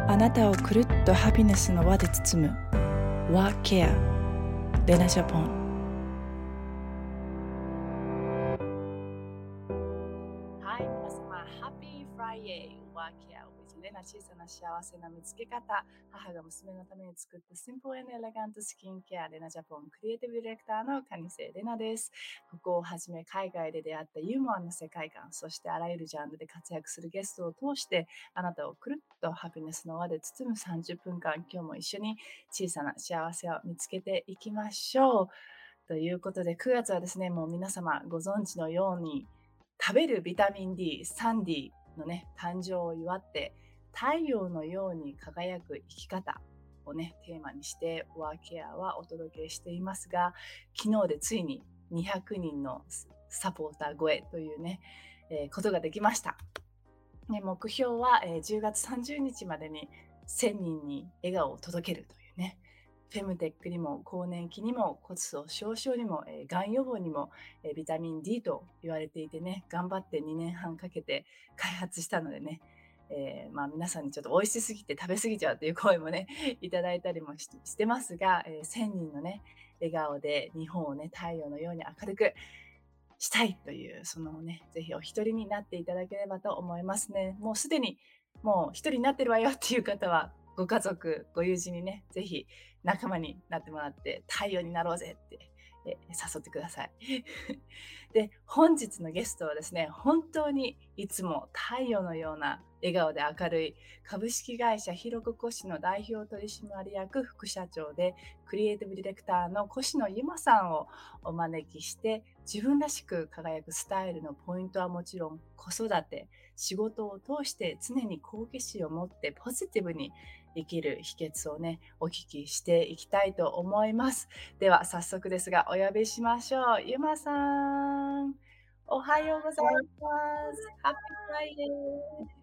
あなたをくるっとハピネスの輪で包むワーケアレナジャポン。はい、皆様、ハッピーフライデーワーケア with レナ。小さな幸せな見つけ方。母が娘のために作ったシンプル&エレガントスキンケアレナジャポンクリエイティブディレクターの蟹瀬レナです。ここをはじめ海外で出会ったユーモアの世界観、そしてあらゆるジャンルで活躍するゲストを通してあなたをくるっとハピネスの輪で包む30分間、今日も一緒に小さな幸せを見つけていきましょう。ということで9月はですね、もう皆様ご存知のように食べるビタミン D、サンディのね、誕生を祝って太陽のように輝く生き方をね、テーマにしてワーケアはお届けしていますが、昨日でついに200人のサポーター超えというね、ことができました。ね、目標は、10月30日までに1000人に笑顔を届けるというね、フェムテックにも更年期にも骨粗しょう症にも、がん予防にも、ビタミン D と言われていてね、頑張って2年半かけて開発したのでね、皆さんにちょっと美味しすぎて食べ過ぎちゃうという声もねいただいたりもしてますが、1000人のね笑顔で日本をね太陽のように明るくしたいという、そのね、ぜひお一人になっていただければと思いますね。もうすでにもう一人になってるわよっていう方は、ご家族、ご友人にね、ぜひ仲間になってもらって太陽になろうぜって誘ってください。で、本日のゲストはですね、本当にいつも太陽のような笑顔で明るい株式会社ひろこコシの代表取締役副社長でクリエイティブディレクターの越野由真さんをお招きして、自分らしく輝くスタイルのポイントはもちろん、子育て、仕事を通して常に好奇心を持ってポジティブに生きる秘訣をね、お聞きしていきたいと思います。では早速ですがお呼びしましょう。由真さん、おはようございます。ハッピーフライデー。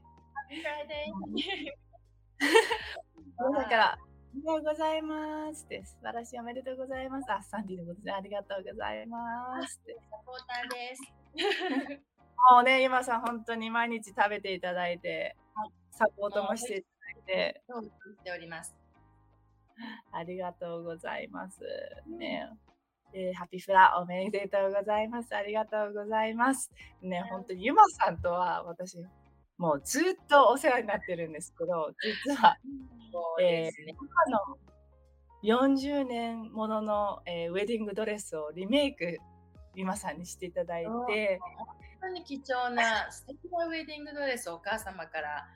だからおはようございますって、素晴らしい、おめでとうございます。あ、サンディのことでありがとうございますって。 サポーターです。 もうね、由真さん本当に毎日食べていただいて、サポートもしていただいて、 そうしております。 ありがとうございます。ね、ハピフラおめでとうございます。ありがとうございます。ね、本当に由真さんとは私もうずっとお世話になってるんですけど、実は、 そうですね。 母の40年ものの、ウェディングドレスをリメイク由真さんにしていただいて、 本当に貴重な素敵なウェディングドレスをお母様から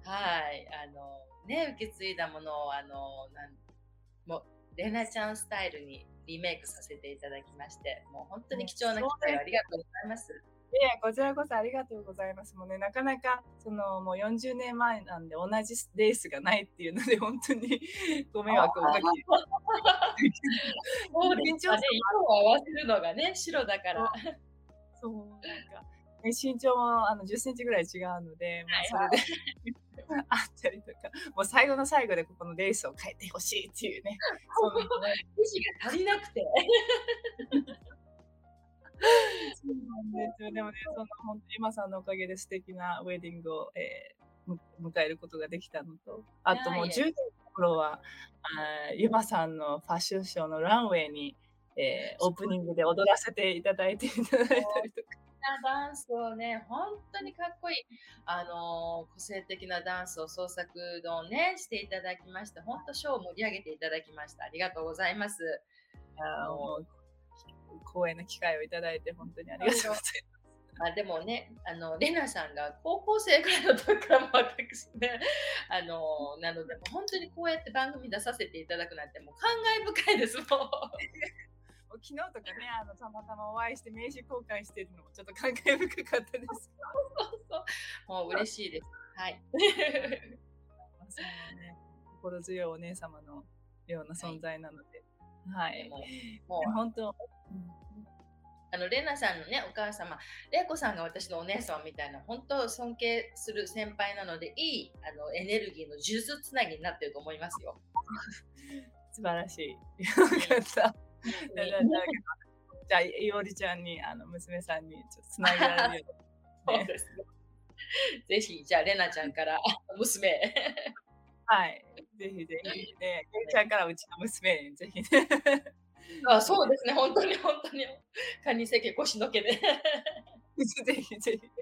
受け継いだものをもうレナちゃんスタイルにリメイクさせていただきまして、もう本当に貴重な機会をありがとうございます。 こちらこそありがとうございます。もうね、なかなかもう40年前なんで同じレースがないっていうので本当にご迷惑をおかけそうですね。色を合わせるのがね、白だから。 そう、なんか、ね、身長も10センチぐらい違うので、それであったりとか、もう最後の最後でここのレースを変えてほしいっていうね。 そう生地が足りなくて。 そうなんですよ。でもね、本当に由真さんのおかげで素敵なウェディングを、迎えることができたのと、あともう10年の頃は、由真さんのファッションショーのランウェイに、オープニングで踊らせていただいたりとか。 ダンスをね、本当にかっこいい、個性的なダンスを創作のね、していただきまして、本当ショーを盛り上げていただきました。ありがとうございます。 もう光栄な機会をいただいて本当にありがとうございます。 でもね、レナさんが高校生ぐらいの時からも私ね、なので、もう本当にこうやって番組出させていただくなんて、もう感慨深いです、もう。 昨日とかね、たまたまお会いして名刺交換してるのもちょっと感慨深かったです。 そうもう嬉しいです。はい。 そうね、心強いお姉様のような存在なので、はい。 もう本当。 レナさんのね、お母様、レイコさんが私のお姉様みたいな、本当尊敬する先輩なので、いいエネルギーの数珠つなぎになってると思いますよ。 素晴らしい。よかった。じゃあ、いおりちゃんに、娘さんにちょっとつなげられるように、 そうですね。ぜひ、じゃあ、レナちゃんから娘。 はい。ぜひぜひ。ね、ケイちゃんからうちの娘にぜひね。 あ、 聞いてそうですね、本当に本当に。カニ席腰のけで。 ぜひぜひ。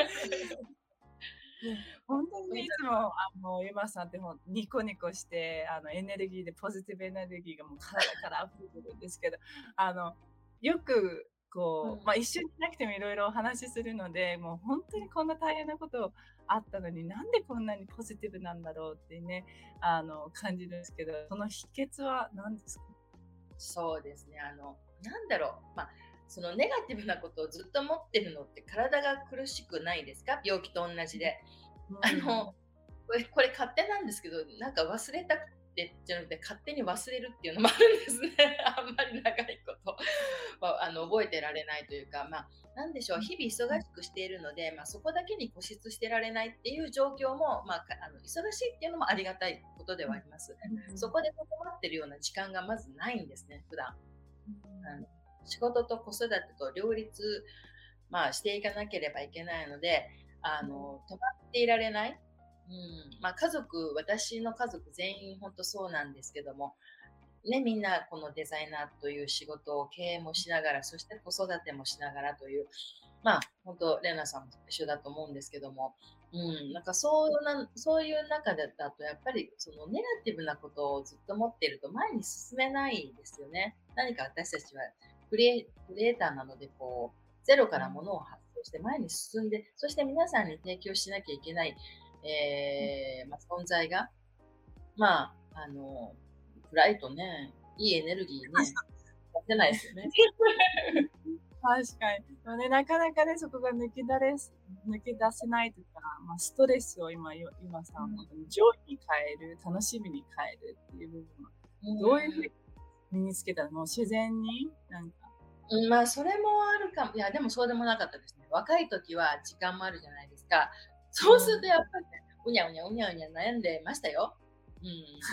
ね、ほんとにね、いつもユマさんってニコニコして、エネルギーでポジティブエネルギーがもう体から溢れてるんですけど、あの、よくこう、 うん。 一緒にいなくても色々お話しするので、もうほんとにこんな大変なことあったのに、なんでこんなにポジティブなんだろうってね、感じるんですけど、その秘訣は何ですか？ そうですね。なんだろう、そのネガティブなことをずっと持ってるのって体が苦しくないですか？病気と同じで。あうん。 の、これ勝手なんですけど、なんか忘れたくてじゃなくて、勝手に忘れるっていうのもあるんですね。あんまり長いこと、覚えてられないというか、なんでしょう、日々忙しくしているので、そこだけに固執してられないっていう状況も、忙しいっていうのもありがたいことでうん。 はあります。 うん。 そこで関わってるような時間がまずないんですね、普段。 うん。 あの仕事と子育てと両立、していかなければいけないので、止まっていられない。私の家族全員本当そうなんですけども、ね、みんなこのデザイナーという仕事を経営もしながら、そして子育てもしながらという、本当レナさんも一緒だと思うんですけども、なんかそういう中だとやっぱりそのネガティブなことをずっと持っていると前に進めないですよね。何か私たちはクリエイターなのでゼロからものを発想して前に進んで、そして皆さんに提供しなきゃいけない、存在が、まあ、あの、暗いとね、いいエネルギーね、出せないですよね。 確かに。でもね、なかなかね、そこが抜け出せないというか、ストレスを今さん、ほんとにジョイに変える、楽しみに変えるっていう部分は、 うん。 どういう風に身につけたら、もう自然に、なんかうん、それもあるかも。いや、でもそうでもなかったですね。若い時は時間もあるじゃないですか。そうするとうん。 やっぱりね、うにゃうにゃうにゃうにゃ悩んでましたよ。うん。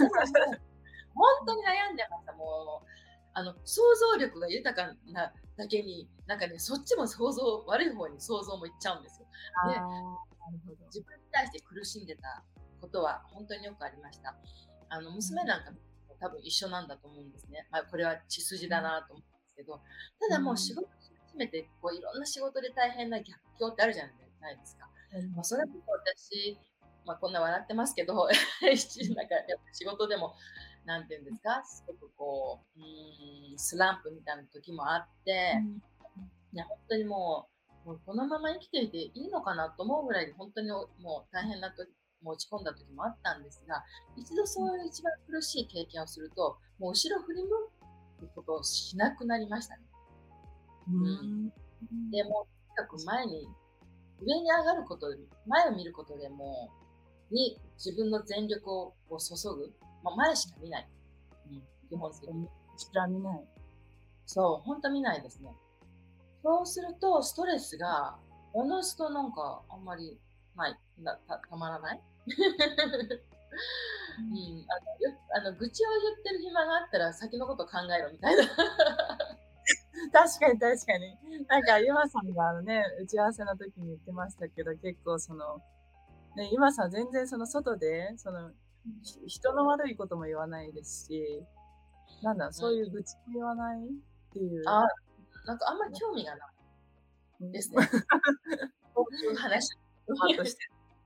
でももう、ほんとに悩んでました。もう、想像力が豊かなだけに、なんかね、そっちも悪い方に想像もいっちゃうんですよ。 あで、 あ、なるほど。 自分に対して苦しんでたことはほんとによくありました。娘なんかも多分一緒なんだと思うんですね。これは血筋だなと思うんですけど、ただもう仕うん。 事し始めて、いろんな仕事で大変な逆境ってあるじゃないですか。 ありますね。 それこそ私、こんな笑ってますけど、なんかやっぱ仕事でも、なんていうんですか、すごくスランプみたいな時もあって、 うん。 いや、本当にもうこのまま生きていていいのかなと思うぐらいに本当にもう大変な時も落ち込んだ時もあったんですが、一度そういう一番苦しい経験をすると、もう後ろ振り向くことをしなくなりましたね。 ううん。 ん。うん。 で、もとにかく上に上がること前を見ることで自分の全力を注ぐ。前しか見ない。うん、基本的に。 確かに。知ら見ない。 そう、本当見ないですね。そうすると、ストレスが、おのずとなんか、あんまりない、たまらない。 うん。 愚痴を言ってる暇があったら先のこと考えろみたいな。 確かに確かに。なんか、ゆまさんが打ち合わせの時に言ってましたけど、結構ね、ゆまさん全然その外で、人の悪いことも言わないですし、なんだ、 うん。 そういう愚痴も言わないっていう。 あなんかあんまり興味がないうん。 ですね。そういう話。 として。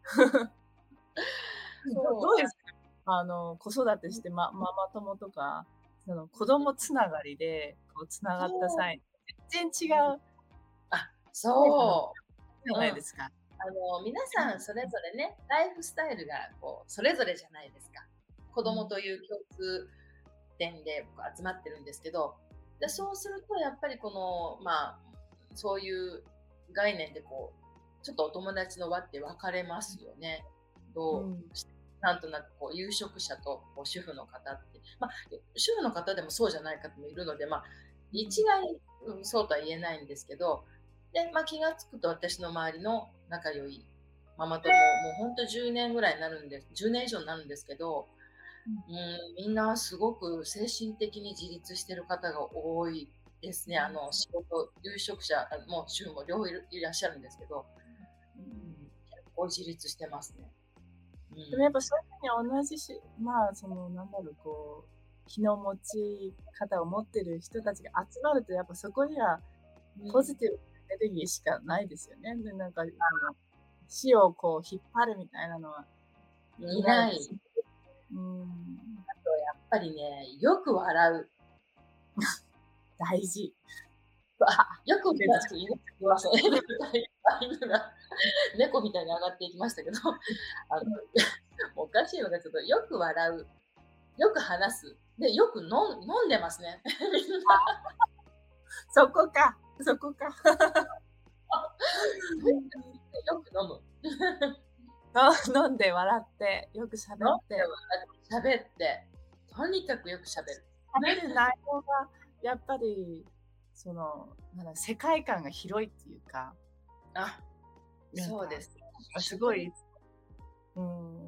そう、 どうですか？子育てして、ママ友とか、子供つながりで、繋がったそう、 際、全然違うタイプのそじゃう。うん。 ないですか。 皆さんそれぞれね、ライフスタイルがそれぞれじゃないですか。子うん。 供という共通点で集まってるんですけど、で、そうするとやっぱりそういう概念でちょっとお友達の輪って分かれますよね。どうん。 うしなんとなく有職者と主婦の方って、主婦の方でもそうじゃない方もいるので、一概に、そうとは言えないんですけど、で、気が付くと私の周りの仲良いママ友、もうほんと10年ぐらいになるんです、10年以上になるんですけど、 うん。 みんなすごく精神的に自立してる方が多いですね。有職者、もう主婦も両方いらっしゃるんですけど、 うん。 結構自立してますね。うでもやっぱん。 同じし、まあ、なんだろう、気の持ち方を持ってる人たちが集まると、やっぱそこにはうん。 ポジティブなエネルギーしかないですよね。で、なんか、死を引っ張るみたいなのはいいない。 ないです。うん、 あとやっぱりね、よく笑う。 大事。 あ、よくで、 笑う。すいません。犬が猫みたいに上がっていきましたけど、あの、おかしいのがちょっとよく笑う。よく話す。で、よく飲んでますね。みんな。 そこか、そこか。 とにかくよく飲む。 飲んで笑って、よく飲んで喋って、 喋って、とにかくよく喋る。 喋る内容がやっぱり、世界観が広いっていうか、 あ、 なんか、 そうです。 すごい、 食にうん、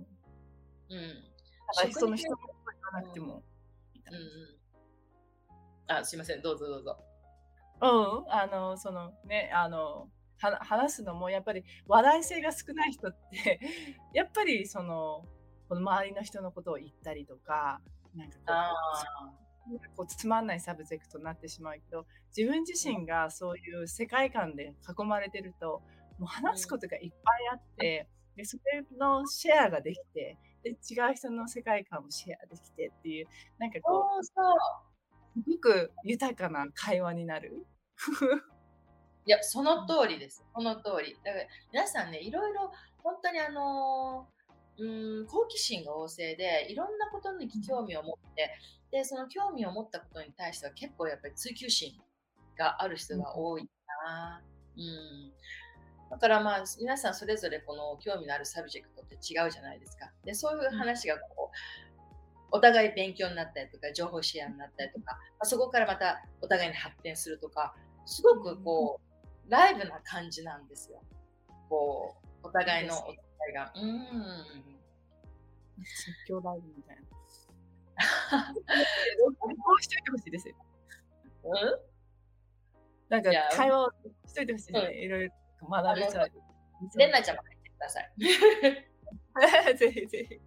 うん。 だから食に人のこと言わなうん。 くてもみたいうんうん。あ、すいません。どうぞどうぞ。 な。うん、ね、話すのもやっぱり話題性が少ない人って、やっぱりこの周りの人のことを言ったりとか、なんかああ。 つまんないサブジェクトになってしまうけど、自分自うん、 身がそういう世界観で囲まれてると、もう話すうん。 ことがいっぱいあって、で、それのシェアができて、で、違う人の世界観をシェアできてっていう、なんかそうそう。 すごく豊かな会話になる。 いや、その通りです。その通り。だから皆さんね、いろいろ本当に好奇心が旺盛で、いろんなことにうん。 興味を持って、で、その興味を持ったことに対しては結構やっぱり追求心がある人うん。 が多いな。うん。だからまあ、皆さんそれぞれこの興味のあるサブジェクトって違うじゃないですか。で、そういううん。 話がお互い勉強になったりとか、情報シェアになったりとか、そこからまたお互いに発展するとか、すごくライブな感じなんですよ。おいいです。 互いのお互いが。 即興ライブみたいな。録音しといてほしいですよ。 うん？ なんかいや、 会話をしといてほしいでうん。 すね。いろいろ学べちゃう。 レンナちゃんも入ってください。 ぜひぜひ。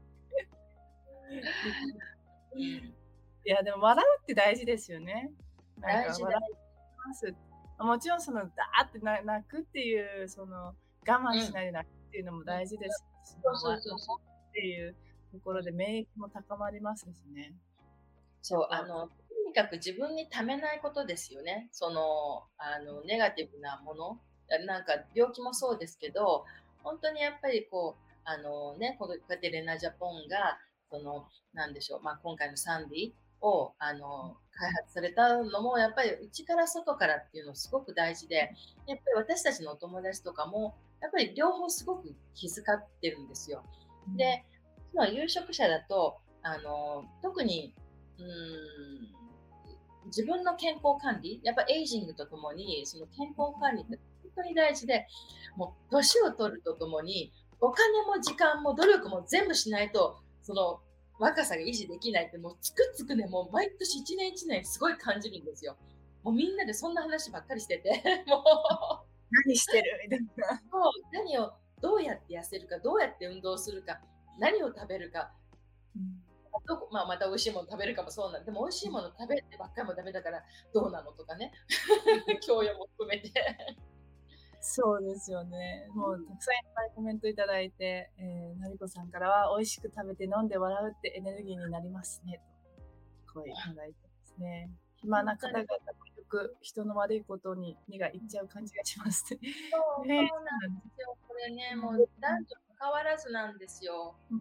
うん。 いや、でも笑うって大事ですよね。なんか大事だ。 笑います。もちろんダーって泣くっていう、我慢うん。 しないで泣くっていうのもうん。 大事ですし、 そうそう笑そうそう。 うっていうとこうん。 ろで免疫も高まりますしね。やそう、 っぱ、 とにかく自分に溜めないことですよね。ネガティブなもの、なんか病気もそうですけど、本当にやっぱりこうやってレナジャポンが、なんでしょう、まあ、今回のサンディを、開発されたのも、やっぱり内から外からっていうのすごく大事で、やっぱり私たちのお友達とかも、やっぱり両方すごく気遣ってるんですよ。 うん、 で、まあ、有職者だと、特にうーん、自分の健康管理、やっぱエイジングとともに、その健康管理って本当に大事で、もう年を取るとともに、お金も時間も努力も全部しないと、その若さが維持できないって、もうつくづくね、もう毎年1年1年すごい感じるんですよ。もうみんなでそんな話ばっかりしてて、もう、 何してるみたいな。 もう何をどうやって痩せるか、どうやって運動するか、何を食べるか、 うん。 まあ、また美味しいもの食べるかもそうなんでも美味しいもの食べてばっかりもダメだからどうなのとかね。教養も含めて。 そうですよね。もうたくさんいっぱいコメントいただいて、のりこさんからは美味しく食べて飲んで笑うってエネルギーになりますねと声いただいてますね。暇な本当に方々もよく人の悪いことに目がいっちゃう感じがしますね。 そうね、 そうなんそうなんでですよ。これね、もうす。 男女関わらずなんですよ。 うん。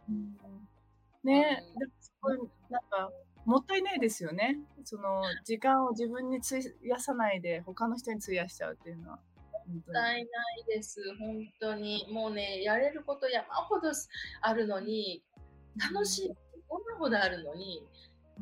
うね、 ん。 でもすごいなんか、もったいないですよね。時間を自分に費やさないで、他の人に費やしちゃうっていうのは、ほんとに。 ったいないです。本当に。もうね、やれること山ほどあるのに、 うん。 楽しいこんなほどあるのに、 うん。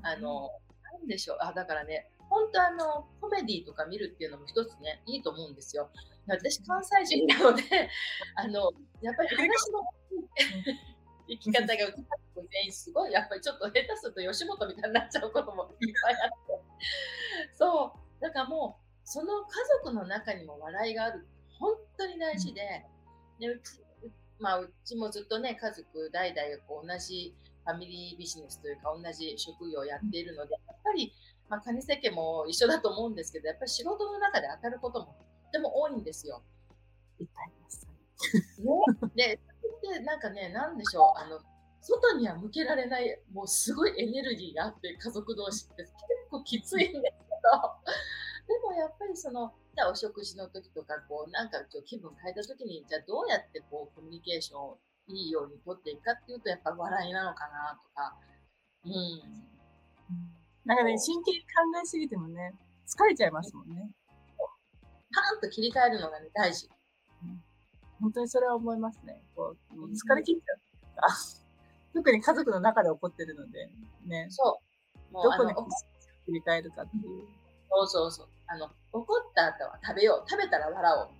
なんでしょう、だからね、本当コメディとか見るっていうのも一つね、いいと思うんですよ。私関西人なので、あの、やっぱり話のうん。 生き方がうち家族全員すごいやっぱりちょっと下手すると吉本みたいになっちゃうこともいっぱいあって。そう、だからもう、その家族の中にも笑いがあるって本当に大事で、で、うちもずっとね、家族代々同じファミリービジネスというか同じ職業をやっているので、やっぱり、まあ、蟹瀬家も一緒だと思うんですけど、やっぱり仕事の中で当たることもとっても多いんですよ。 いっぱいあります。 ね。で、それってなんかね、なんでしょう、外には向けられない、もうすごいエネルギーがあって、家族同士って結構きついんですけど、でもやっぱりじゃあお食事の時とか、こう、なんかちょっと気分変えた時に、じゃあどうやってこうコミュニケーションをいいように取っていくかっていうと、やっぱ笑いなのかなとか、うん。 なんかね、 そう、 真剣に考えすぎてもね、疲れちゃいますもんね。 パーンと切り替えるのがね、大事。 本当にそれは思いますね。こう、もううん、 疲れ切っちゃうっていうか、特に家族の中で起こってるので、ね、 そう。もうどこに切り替えるかっていう。 そうそうそう。怒った後は食べよう。食べたら笑おう。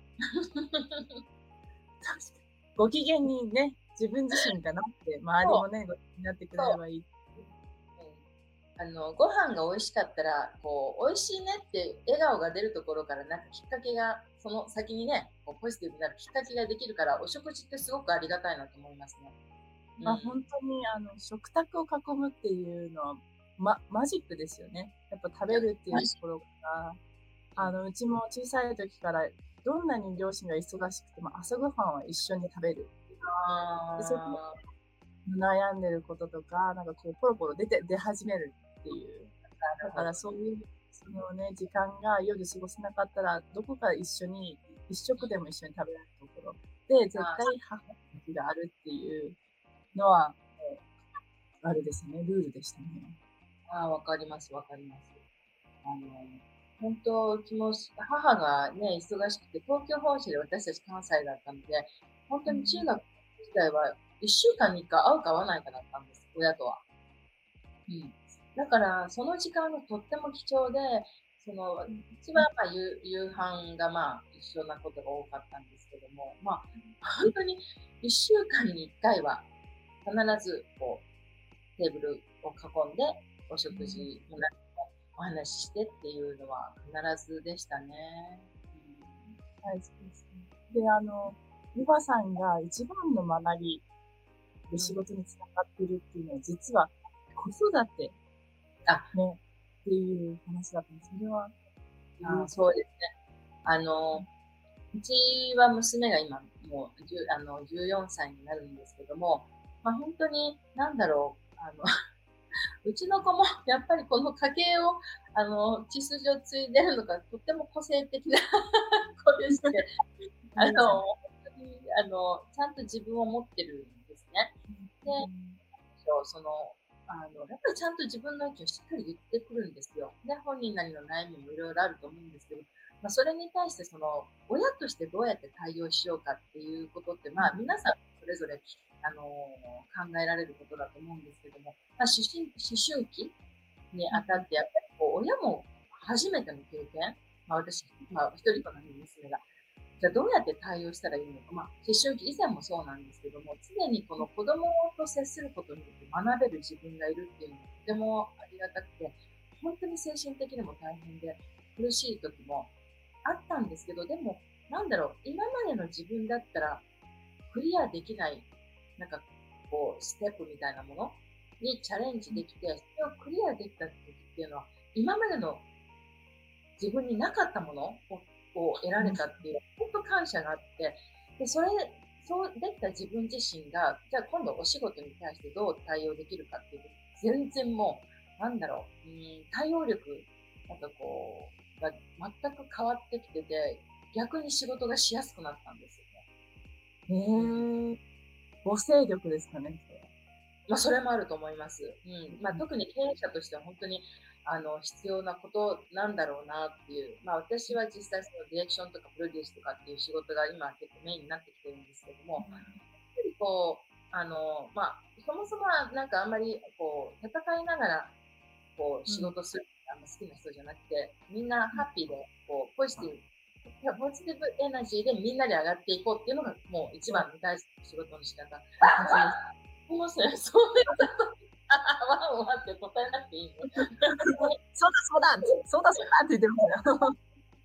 確かに。ご機嫌にね、自分自身がなって、周りそう、 もね、ご機嫌になってくれれそばいい。 う。ご飯が美味しかったら、こう、美味しいねって笑顔が出るところから、なんかきっかけが、その先にね、こうポジティブになるきっかけができるから、お食事ってすごくありがたいなと思いますね。うまあ、 ん。 本当に食卓を囲むっていうのは、マジックですよね。やっぱ食いや、 べるっていうマジ。 ところが、うちも小さい時からどんなに両親が忙しくても朝ごはんは一緒に食べる。で、そこああ、 で悩んでることとか、なんかこうポロポロ出始めるっていう。だからなるほど。 そういう、そのね、時間が夜過ごせなかったら、どこか一緒に、一食でも一緒に食べられるところで、絶あ対母の日があるっていうのは、あれですね、ルールでしたね。 あ、わかります、わかります。あの、本当、うちも母がね、忙しくて、東京本社で私たち関西だったので、本当に中学時代は1週間に1回会うか会わないかだったんです、親とは。うん。だから、その時間がとっても貴重で、うちは、まあ、夕飯が、まあ、一緒なことが多かったんですけども、まあ、本当に1週間に1回は必ず、こう、テーブルを囲んで、お食事もなお話ししてっていうのは必ずでしたね。 はい、そうですね。で、ゆばさんが一番の学びで仕うん。 事につながってるっていうのは、実は子育てあ、 ね、っていう話だったんです。それは、 そうですね。うちは娘が今もう14歳になるんですけども、まあ、本当になんだろう、うちの子もやっぱりこの家系を血筋を継いでるのがとっても個性的な子でして、 皆さん、 本当にちゃんと自分を持ってるんですね。で、その、やっぱりちゃんと自分の意見をしっかり言ってくるんですよ。で、本人なりの悩みもいろいろあると思うんですけど、まあ、それに対して親としてどうやって対応しようかっていうことって、まあ、皆さんそれぞれ、考えられることだと思うんですけども、まあ、思春期にあたって、やっぱりこう、親も初めての経験、まあ、私、まあ、一人っ子の娘が、じゃあどうやって対応したらいいのか、まあ、思春期以前もそうなんですけども、常にこの子供と接することによって学べる自分がいるっていうのがとてもありがたくて、本当に精神的にも大変で苦しい時もあったんですけど、でも、なんだろう、今までの自分だったらクリアできない、なんかこう、ステップみたいなものにチャレンジできて、それをクリアできた時っていうのは、今までの自分になかったものを得られたっていう、本当感謝があって、で、そうできた自分自身が、じゃあ今度お仕事に対してどう対応できるかっていうと、全然もう、なんだろう、対応力、なんかこう、が全く変わってきてて、逆に仕事がしやすくなったんですよね。 母性力ですかね、それは。 まあ、それもあると思います。うん。まあ、特に経営者としては本当に、必要なことなんだろうなっていう。まあ、私は実際そのディレクションとかプロデュースとかっていう仕事が今結構メインになってきてるんですけども、やっぱりこう、まあ、そもそもはなんかあんまりこう、戦いながらこう、仕事するのがあんま好きな人じゃなくて、みんなハッピーで、こう、ポジティブエナジーでみんなで上がっていこうっていうのがもう一番の大事な仕事の仕方。すいません、そういうワンワンって答えなくていいの。 そうだそうだそうだそうだって言ってましたよ。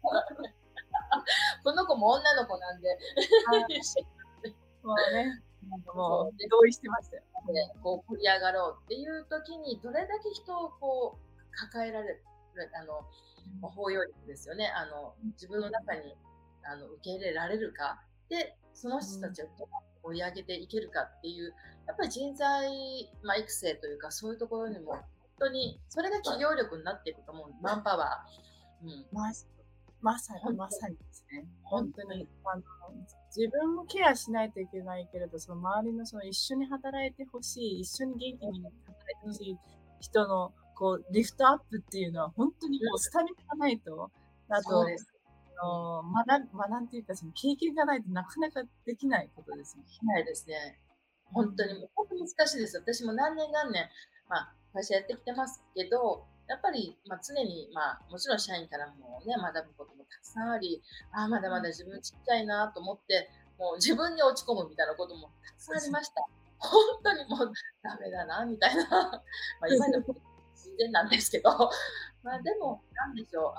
この子も女の子なんで。 もうね、もうそうで同意してましたよ。 こう盛り上がろうっていう時に、どれだけ人をこう抱えられる、包容力ですよね。自分の中に受け入れられるか。で、その人たちをどう追い上げていけるかっていう、やっぱり人材、育成というか、そういうところにも、本当に、それが企業力になっていくと思う。マンパワー。うん。 まさに、 本当に、 まさにですね。本当に、 本当に。 自分もケアしないといけないけれど、その周りのその一緒に働いてほしい、一緒に元気に働いてほしい人のこうリフトアップっていうのは本当にこうスタミナがないと、あと、 そうです。うん。 学んていうか、その経験がないとなかなかできないことですもん。 できないですね。 うん。 本当にもう、本当に難しいです。私も何年何年、会社やってきてますけど、やっぱり、常に、もちろん社員からもね、学ぶこともたくさんあり、まだまだ自分ちっちゃいなと思って、もう自分に落ち込むみたいなこともたくさんありました。本当にもうダメだなみたいな。今でも自然なんですけど、でも、なんでしょう、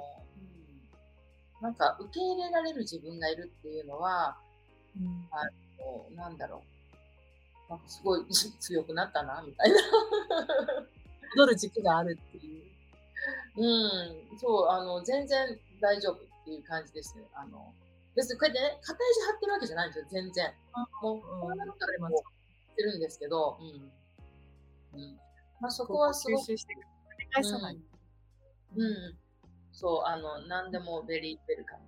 なんか受け入れられる自分がいるっていうのは、 うん。 なんだろう、なんかすごい強くなったなみたいな。 戻る軸があるっていう。 そう、全然大丈夫っていう感じですね。別にこうやってね、片足張ってるわけじゃないんですよ、全然。もう、 うん、 心のわかります。 中でこう、してるんですけど、うん。そこここはすごく、 吸収して繰り返さない。 うん、 うん。 うん。そう、何でもベリーウェルカム。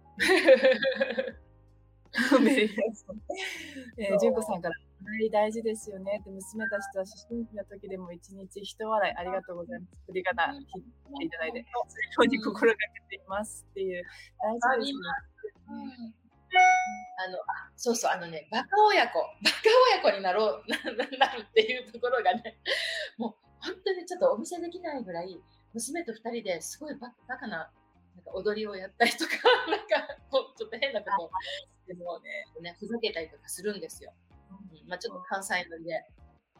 メリーさん。純子さそんから、笑い大事ですよねって、娘たちとは思春期の時でも1日一笑いありがとうございます。振りう。うん、 仮名切っていただいて、 ほんと。 そういう風にうん。 心がけていますっていう、大事ありまですよす。 ね。 うん。そうそう、バカ親子、バカ親子になろうなるっていうところがね、もう本当にちょっとお見せできないぐらい、娘と2人ですごいバカな、なんか踊りをやったりとか、なんかこうちょっと変なこあ、 とを、 ですもよね。 うね、ふざけたりとかするんですよ。ちょっと関西乗りで。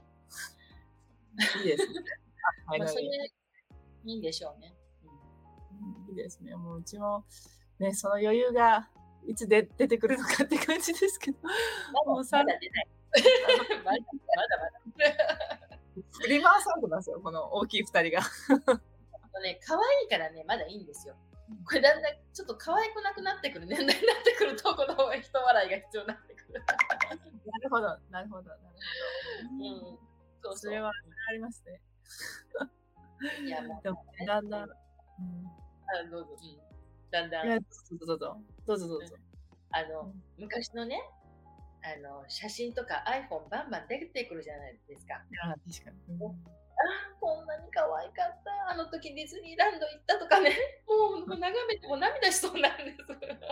いいですね。 それい。 いいんでしょうね。 いいですね。もううちも、ね、その余裕がいつで出てくるのかって感じですけど、もうまだ出ない。まだまだ。 振り回されてますよ、この大きい2人が。 可愛いからね、まだいいんですよ。これだんだんちょっと可愛くなくなってくる年代になってくると、この人笑いが必要になってくる。 なるほど、なるほど、なるほど。 うん。そうそれはそう。 ありますね。 いや、 でも、 ね、 だんだん、 どうぞ。だんだん、 いや、どうぞ。どうぞどううん、 ぞ。 昔のね、写真とか iPhone バンバン出てくるじゃないですか。 確かに。 こんなに可愛かった。あの時ディズニーランド行ったとかね。もう眺めても涙しそうなんです。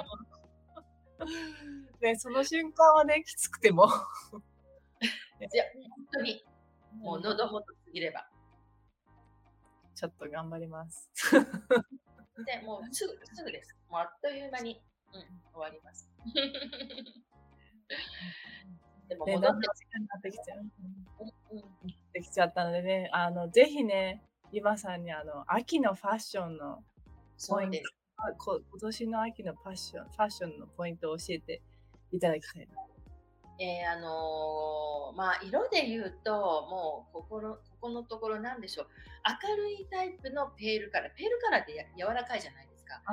で、その瞬間はね、きつくても。 いや、本当に、もう喉元過ぎれば。 ちょっと頑張ります。 で、もうすぐです。もうあっという間に、終わります。でもね、 戻って、 だんだん時間になってきちゃう。 うんうん、 できちゃったのでね、ぜひね、ゆまさんに秋のファッションのポイント、 そうです。 今年の秋のファッションのポイントを教えていただきたいな。 色で言うと、もうここのところなんでしょう。明るいタイプのペールカラー。ペールカラーって柔らかいじゃないですか。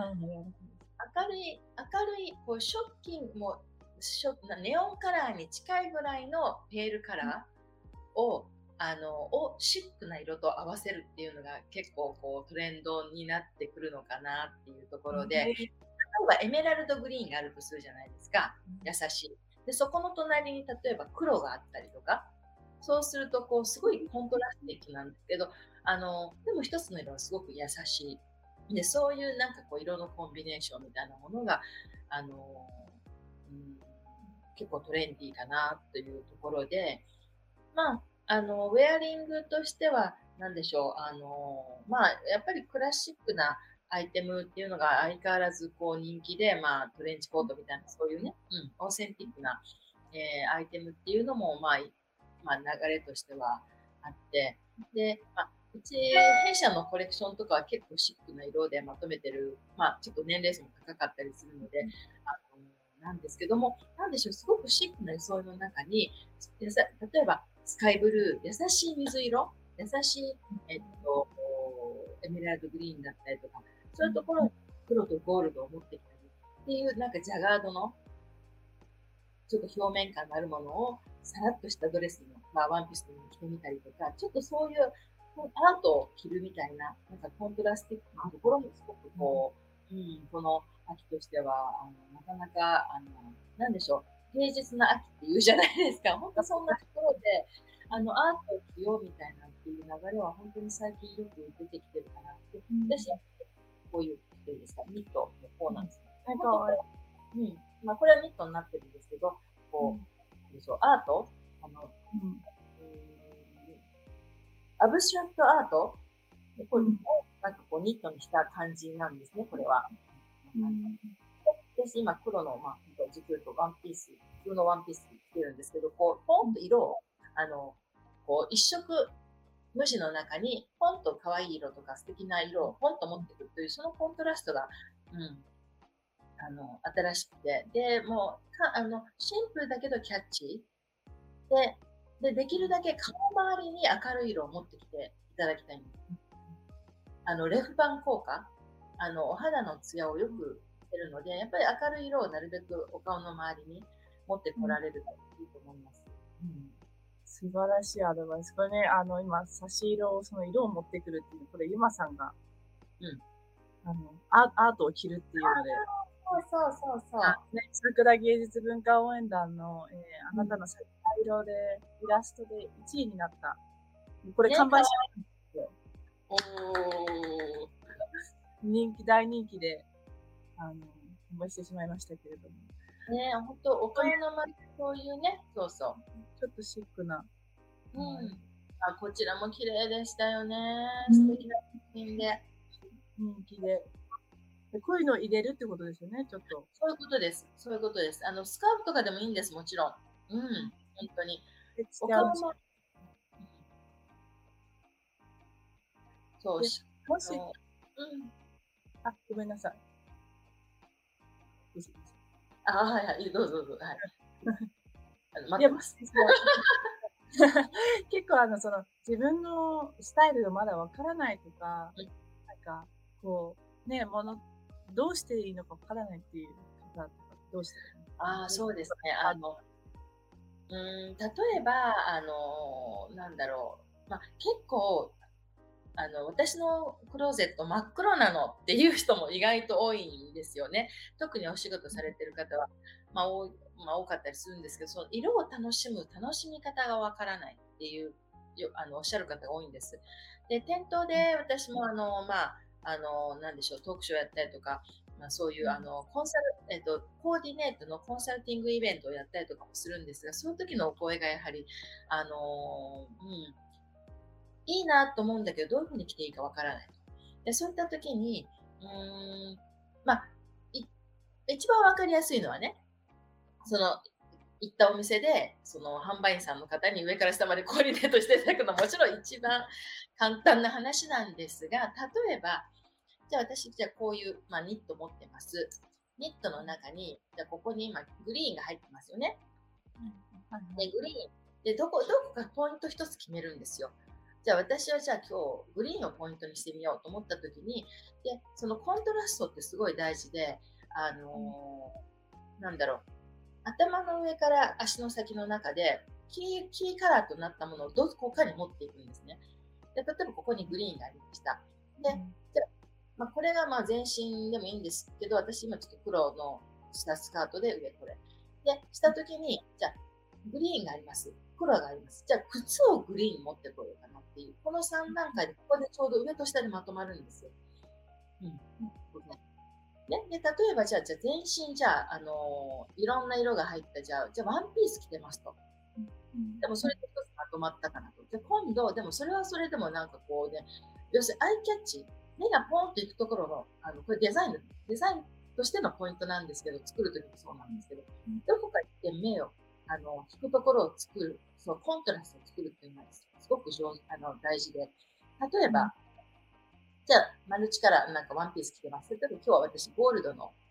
明るい、こうショッキング、もうネオンカラーに近いぐらいのペールカラーを、シックな色と合わせるっていうのが結構こうトレンドになってくるのかなっていうところで、例えばエメラルドグリーンがあるとするじゃないですか。優しい。で、そこの隣に例えば黒があったりとか、そうするとこうすごいコントラスト的なんですけど、でも一つの色はすごく優しい。で、そういうなんかこう色のコンビネーションみたいなものが、あの、うん、結構トレンディーかなというところで、ウェアリングとしては、なんでしょう、やっぱりクラシックなアイテムっていうのが相変わらずこう人気で、トレンチコートみたいな、そういうね、オーセンティックな、アイテムっていうのも、流れとしてはあって、で、うち弊社のコレクションとかは結構シックな色でまとめてる、ちょっと年齢層も高かったりするので、なんですけども、なんでしょう、すごくシックな装いの中に、例えばスカイブルー、優しい水色、優しい、エメラルドグリーンだったりとか、そういうところに黒とゴールドを持ってきたりっていう、なんかジャガードのちょっと表面感のあるものをさらっとしたドレスの、まあ、ワンピースに着てみたりとか、ちょっとそういうアートを着るみたいな、なんかコントラスティックなところもすごくこう、この秋としては、なかなか、なんでしょう、平日の秋っていうじゃないですか。本当そんなところで、アートを着ようみたいなっていう流れは本当に最近よく出てきてるかなって。私はこういう、っていうんですか、ニットの方なんですね。 なんか、 まあ、これはニットになってるんですけど、こう、アート、あの、アブストラクトアート、これをなんかこうニットにした感じなんですね、これは。私今黒の、まあ、実とワンピース、普通のワンピース着てるんですけど、こう、ポンと色を、こう、一色無地の中に、ポンと可愛い色とか素敵な色をポンと持ってくるという、そのコントラストが、新しくて、で、もう、シンプルだけどキャッチー。できるだけ顔周りに明るい色を持ってきていただきたいんです。レフ板効果、お肌のツヤをよく出るので、やっぱり明るい色をなるべくお顔の周りに持ってこられるといいと思います。 素晴らしいアドバイス。これね、今、差し色、その色を持ってくるっていう、これ、ゆまさんが、アートを着るっていうので、 そう。 ね、桜芸術文化応援団の、あなたの桜色で、イラストで1位になった。これ、完売しないんですよ。大人気で、販売してしまいましたけれども。 ね、本当お顔の周り、そういうね、そう。ちょっとシックな。 こちらも綺麗でしたよね。素敵な作品で。 人気で。こういうのを入れるってことですよね、ちょっと。 そういうことです。スカーフとかでもいいんです、もちろん。本当に。お顔も、そう、 もし、ごめんなさい。 はい、どうぞ。はい。 いや、結構自分のスタイルがまだわからないとか、なんか、こう、ね、どうしていいのかわからないっていう方とか、どうしてそうですね。例えば、なんだろう。まあ、結構、私のクローゼット真っ黒なのっていう人も意外と多いんですよね。特にお仕事されてる方は、多かったりするんですけど、その色を楽しむ楽しみ方がわからないっていうおっしゃる方が多いんです。で、店頭で私もなんでしょう、トークショーやったりとか、そういうコーディネートのコンサルティングイベントをやったりとかもするんですが、その時のお声がやはり、いいなと思うんだけど、どういうふうに着ていいかわからない。で、そういった時に、一番わかりやすいのはね、行ったお店で、その販売員さんの方に上から下までコーディネートしていただくのはもちろん一番簡単な話なんですが、例えば、じゃあ私、こういう、ニット持ってます。ニットの中に、じゃあここに今グリーンが入ってますよね。で、グリーン。で、どこかポイント一つ決めるんですよ。じゃあ私は今日グリーンをポイントにしてみようと思った時に、で、そのコントラストってすごい大事で、なんだろう、頭の上から足の先の中でキーカラーとなったものをどこかに持っていくんですね。で、例えばここにグリーンがありました。で、じゃこれが全身でもいいんですけど、私今ちょっと黒の下スカートで上これ。で、した時に、じゃあグリーンがあります。黒があります。じゃあ靴をグリーンに持ってこようかなっていう。この3段階でここでちょうど上と下でまとまるんですよ。ね、で例えばじゃあ全身いろんな色が入ったじゃあワンピース着てますと。でもそれで一つまとまったかなと。で今度でもそれはそれでもなんかこうね、要するにアイキャッチ、目がポンといくところのこれデザインとしてのポイントなんですけど、作るときもそうなんですけど、どこか行って目を引くところを作る、そうコントラストを作るっていうのはすごく大事で、例えば、じゃあ、マルチカラーなんかワンピース着てます。例えば今日は私ゴールドの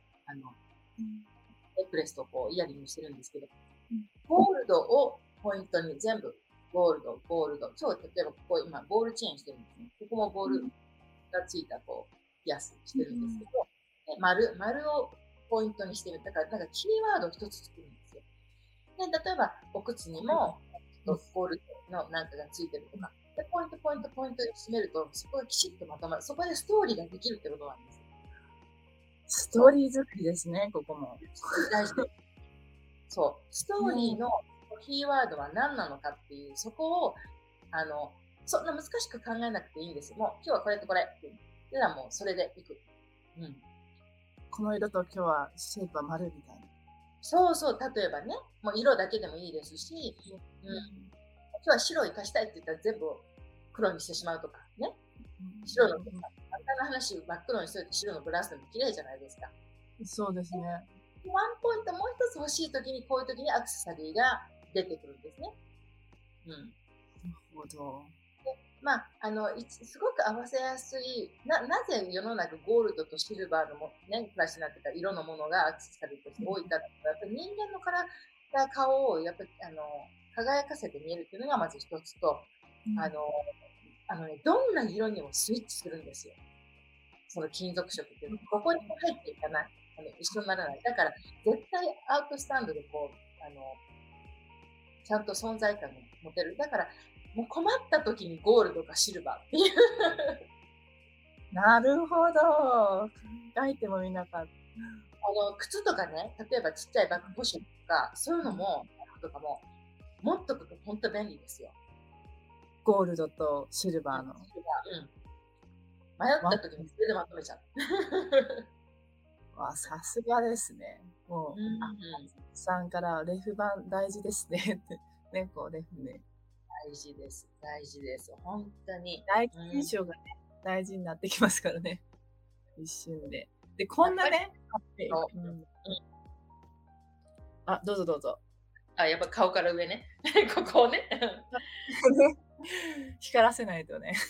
ネックレスとこうイヤリングしてるんですけど、ゴールドをポイントに全部ゴールド。そう、例えばここ今、ボールチェーンしてるんですね。ここもボールがついた、こう、ピアスしてるんですけど、で丸をポイントにしてる。だから、なんかキーワードを一つ作るんですよ。で、例えば、お靴にも、ゴールドのなんかがついてるとか、で、ポイントに締めると、そこがきちっとまとまる。そこでストーリーができるってことなんですよ。 ストーリー作りですね、ここも。 大事です。そう。ストーリーのキーワードは何なのかっていう、そこを、そんな難しく考えなくていいんですよ。もう、今日はこれとこれっていう。ではもう、それでいく。うん。 この色と今日はシェイプは丸みたいな。 そうそう。例えばね、もう色だけでもいいですし、うん。今日は白を生かしたいって言ったら全部黒にしてしまうとかね。白の、簡単な話、真っ黒にしといて白のブラウスでも綺麗じゃないですか。 そうですね。 ワンポイントもう一つ欲しいときに、こういうときにアクセサリーが出てくるんですね。うん。 なるほど。 まあ、すごく合わせやすい、なぜ世の中ゴールドとシルバーのも、ね、プラスになってた色のものがアクセサリーとして多いかっていうと、やっぱり人間の顔をやっぱり輝かせて見えるっていうのがまず一つと、どんな色にもスイッチするんですよ。その金属色っていうのは。ここにも入っていかない。一緒にならない。だから、絶対アウトスタンドでこう、ちゃんと存在感が持てる。だから、もう困った時にゴールドかシルバーっていう。 なるほど。考えてもみなかった。 靴とかね、例えばちっちゃいバッグポシェットとか、そういうのも、とかも、持っとくと本当便利ですよ。 ゴールドとシルバーの。 シルバー。うん。迷った時にそれでまとめちゃう。 わ、さすがですね。もう、さんからレフ板大事ですねって。ね、こうレフね。 大事です。大事です。本当に。 第一印象がね、大事になってきますからね。一瞬で。で、こんなね、あ、どうぞどうぞ。 あ、やっぱ顔から上ね。ここをね。 光らせないとね。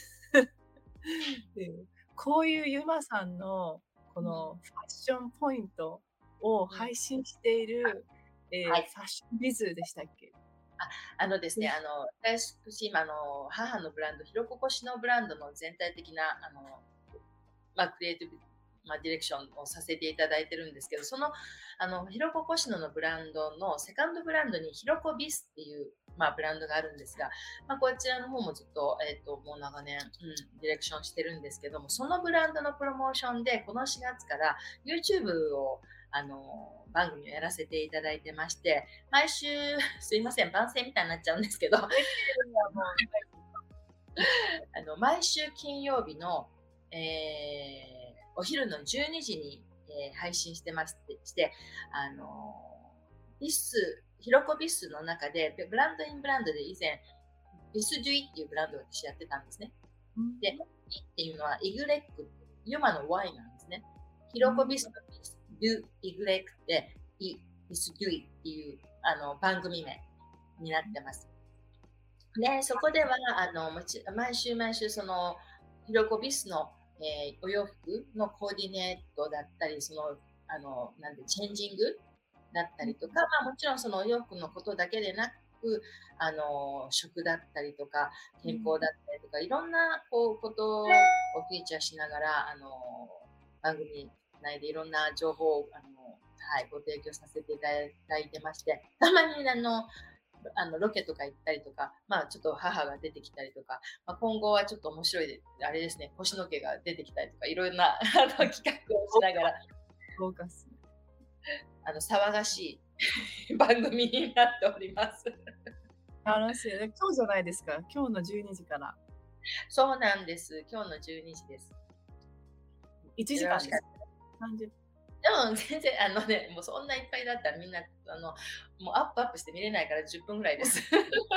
こういうゆまさんのこのファッションポイントを配信している、ファッションビズでしたっけ？ ですね、私、今、母のブランド、ひろここしのブランドの全体的な、クリエイティブ、ディレクションをさせていただいてるんですけど、その、ひろここしのブランドのセカンドブランドにひろこビスっていう、ブランドがあるんですが、こちらの方もずっと、もう長年、ディレクションしてるんですけども、そのブランドのプロモーションで、この4月から YouTube を番組をやらせていただいてまして、毎週、すいません、番宣みたいになっちゃうんですけど、毎週金曜日の、お昼の12時に、配信してまして、ひろこビスの中で、ブランドインブランドで以前、ビスデュイっていうブランドを私やってたんですね。で、イっていうのはイグレック、ユマの Y なんですね。ひろこビスのビス、デュ、イグレックってビスデュイっていう番組名になってます。で、そこでは、毎週、その、ひろこビスの、お洋服のコーディネートだったり、その、チェンジングだったりとか、もちろんそのお洋服のことだけでなく、食だったりとか、健康だったりとか、いろんな、ことをフィーチャーしながら、番組内でいろんな情報を、ご提供させていただいてまして、たまにロケとか行ったりとか、ちょっと母が出てきたりとか、今後はちょっと面白いあれですね、腰の毛が出てきたりとか、いろんな企画をしながら、騒がしい番組になっております。 楽しい。今日じゃないですか。今日の12時から。 そうなんです。今日の12時です。 1時間です。30分。 でも全然、もうそんないっぱいだったらみんな、もうアップして見れないから10分ぐらいです。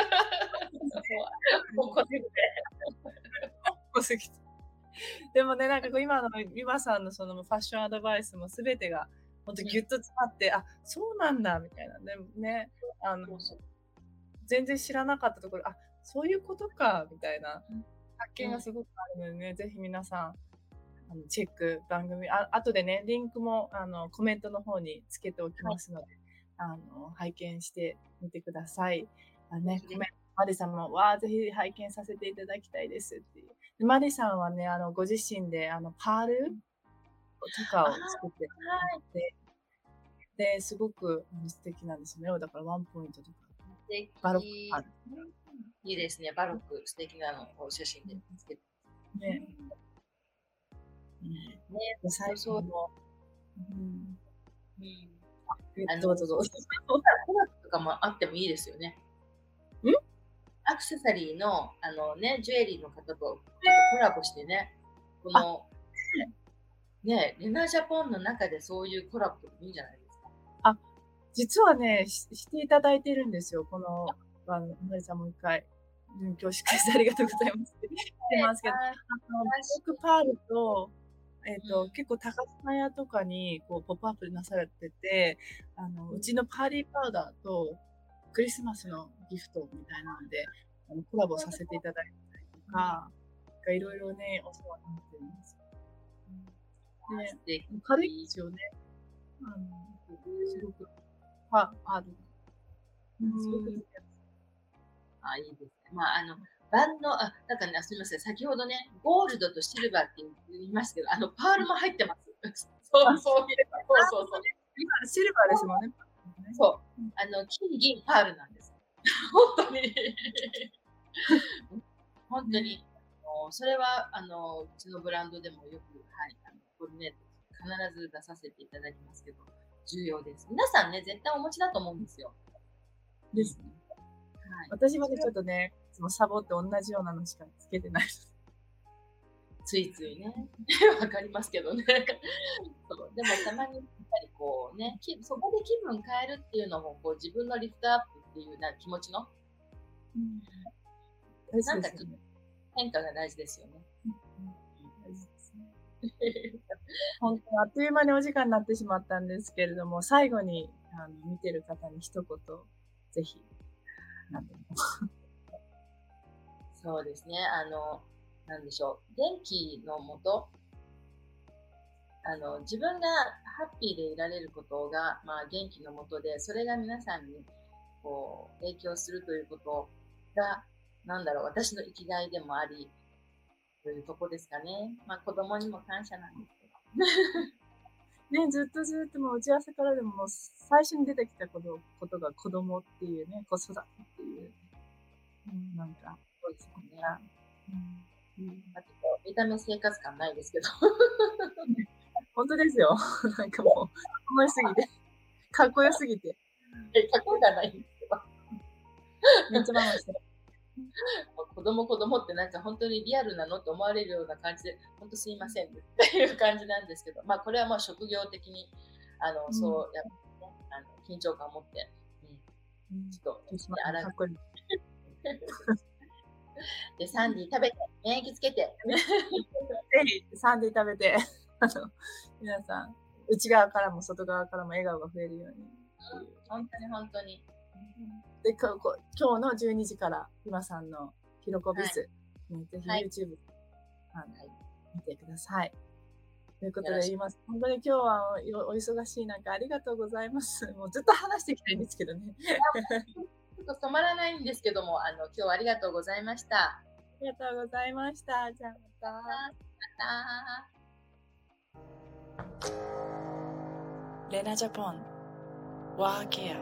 でもね、なんか今のゆまさんのそのファッションアドバイスもすべてが本当ギュッと詰まって、あ、そうなんだみたいな。でもね、全然知らなかったところ、あ、そういうことかみたいな発見がすごくあるのでね、ぜひ皆さんチェック、番組、後でね、リンクもコメントの方につけておきますので、拝見してみてください。コメントマリさんも、ぜひ拝見させていただきたいですっていう。でマリさんはね、ご自身で、パールとかああ、 を作ってはい。 て、で、すごく素敵なんですよね。だからワンポイントとか、 素バロックパー敵。 ル。 いいですね。バロック、素敵なのを写真でつけて。うね、 ん、 うん、 ね、 で、 ほんとそう。 最後も、うん、 うん。 どうぞどうぞ。 コラボとかもあってもいいですよね。 んアクセサリーの、ね、ジュエリーの方とちょっとコラボしてね、こあ、 の、ね、レナジャポンの中でそういうコラボとかいいんじゃないですか。 あ、実はね、していただいてるんですよ。マリさんもう一回、恐縮です。ありがとうございます。してますけど、 はい、 ブロックパールと、 うん。 結構高島屋とかにこうポップアップなされてて、うちのパーリーパウダーとクリスマスのギフトみたいなので、コラボさせていただいたりとか、いろいろね、お世話になってるんですよ。 素で、軽いで敵。 すよね。すごく、パールが。 うすごくん。あ、いいですね。万能、なんかね、すみません。先ほどね、ゴールドとシルバーって言いましたけど、パールも入ってます。そういえば、そうそうそう。 今、シルバーですもんね。 そう。 うん、 金、銀、パールなんです。本当に。本当ね、 に。それは、うちのブランドでもよく、はい、コーディネート必ず出させていただきますけど、重要です。皆さんね、絶対お持ちだと思うんですよ。うん。 ですね。 はい。 私はね、 それはちょっとね、いつもサボって同じようなのしかつけてないです。 ついついね、わかりますけどね。そう、でもたまにやっぱりこうね、そこで気分変えるっていうのも、こう自分のリフトアップっていう気持ちの、 うん、大事なんかちょっとですよね。 変化が大事ですよね。 うん、大事ですね。本当あっという間にお時間になってしまったんですけれども、最後に見てる方に一言、ぜひ、なんでも。 そうですね。なんでしょう。元気のもと、自分がハッピーでいられることが、元気のもとで、それが皆さんにこう影響するということが、なんだろう、私の生きがいでもあり、というとこですかね。子供にも感謝なんですけど。 ね、ずっとずっともう打ち合わせからでももう最初に出てきたことが子供っていうね、子育てっていう、なんか、 そうですこんよね。 な、うん、 ちょっと見た目生活感ないですけど。 本当ですよ。なんかもう、思いすぎて、かっこよすぎて、 かっこよくはないんですけど。 めっちゃママしてる。 子供ってなんか本当にリアルなのって思われるような感じで、本当すいませんっていう感じなんですけど、これは職業的に、 うん、 そう、やっぱね、緊張感を持って、ちょっと、 一ね、あらが番かっこいい。 で、サンディ食べて、免疫つけて。 ね、ぜひサンデー食べて、皆さん、内側からも外側からも笑顔が増えるようにっていう。 本当に本当に。 で、今日の12時から、ひまさんのひろこビはい。 ス、ね、ぜひはい。 YouTube はい。 見てください。ということで、 よろしく。 本当に今日はお忙しい中ありがとうございます。もうずっと話していきたいんですけどね。 ちょっと止まらないんですけども、今日はありがとうございました。 ありがとうございました。じゃあまた。 また。 レナジャポン、ワーケア。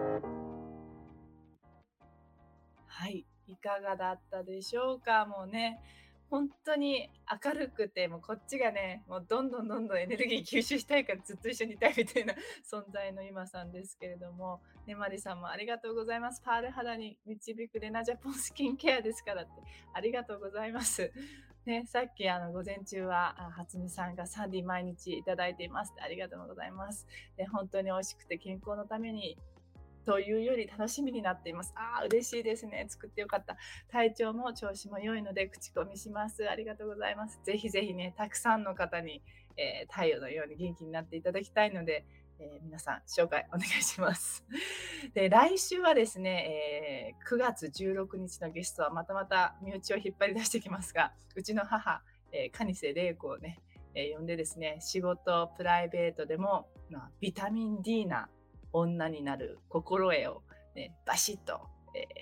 はい。いかがだったでしょうか。もうね、本当に明るくて、もうこっちがね、もうどんどんどんどんエネルギー吸収したいからずっと一緒にいたいみたいな存在の今さんですけれども、ね、マリさんもありがとうございます。パール肌に導くレナジャポンスキンケアですからって、ありがとうございます。ね、さっき午前中は初美さんがサンディ毎日いただいていますって、ありがとうございます。で、本当に美味しくて健康のためにというより楽しみになっています。嬉しいですね。作ってよかった。体調も調子も良いので口コミします。ありがとうございます。ぜひぜひね、たくさんの方に、太陽のように元気になっていただきたいので、皆さん紹介お願いします。で、来週はですね、9月16日のゲストはまた身内を引っ張り出してきますが、うちの母、蟹瀬玲子をね、呼んでですね、仕事、プライベートでも、ビタミン D な女になる心得を、ね、バシッと、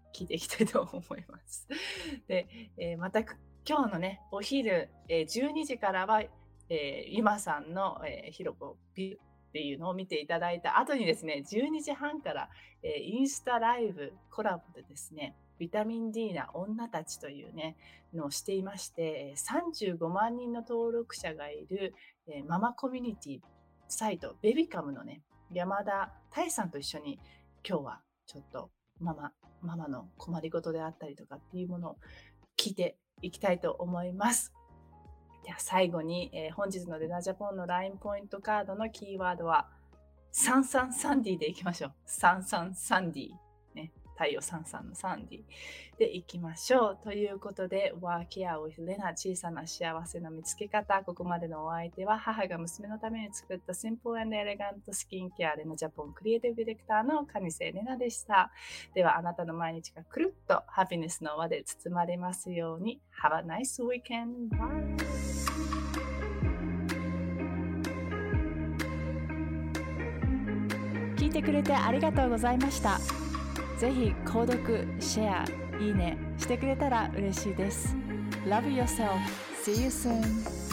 聞いていきたいと思います。で、また今日のね、お昼、12時からは、ゆまさんの、ひろこビューっていうのを見ていただいた後にですね、12時半から、インスタライブコラボでですね、ビタミン D な女たちというね、のをしていまして、35万人の登録者がいる、ママコミュニティサイト、ベビカムのね、山田大さんと一緒に今日はちょっとママの困りごとであったりとかっていうものを聞いていきたいと思います。では最後に、本日のレナジャポンの LINE ポイントカードのキーワードはサンサンサンディでいきましょう。サンサンサンディ。ね、太陽サンサンのサンディでいきましょう。ということで、ワーキャー with レナ、小さな幸せの見つけ方。ここまでのお相手は、母が娘のために作ったシンプル&エレガントスキンケア、レナジャポンクリエイティブディレクターの蟹瀬レナでした。では、あなたの毎日がくるっとハピネスの輪で包まれますように。Have a nice weekend. Bye! 聞いてくれてありがとうございました。ぜひ購読、シェア、いいねしてくれたら嬉しいです。Love yourself. See you soon.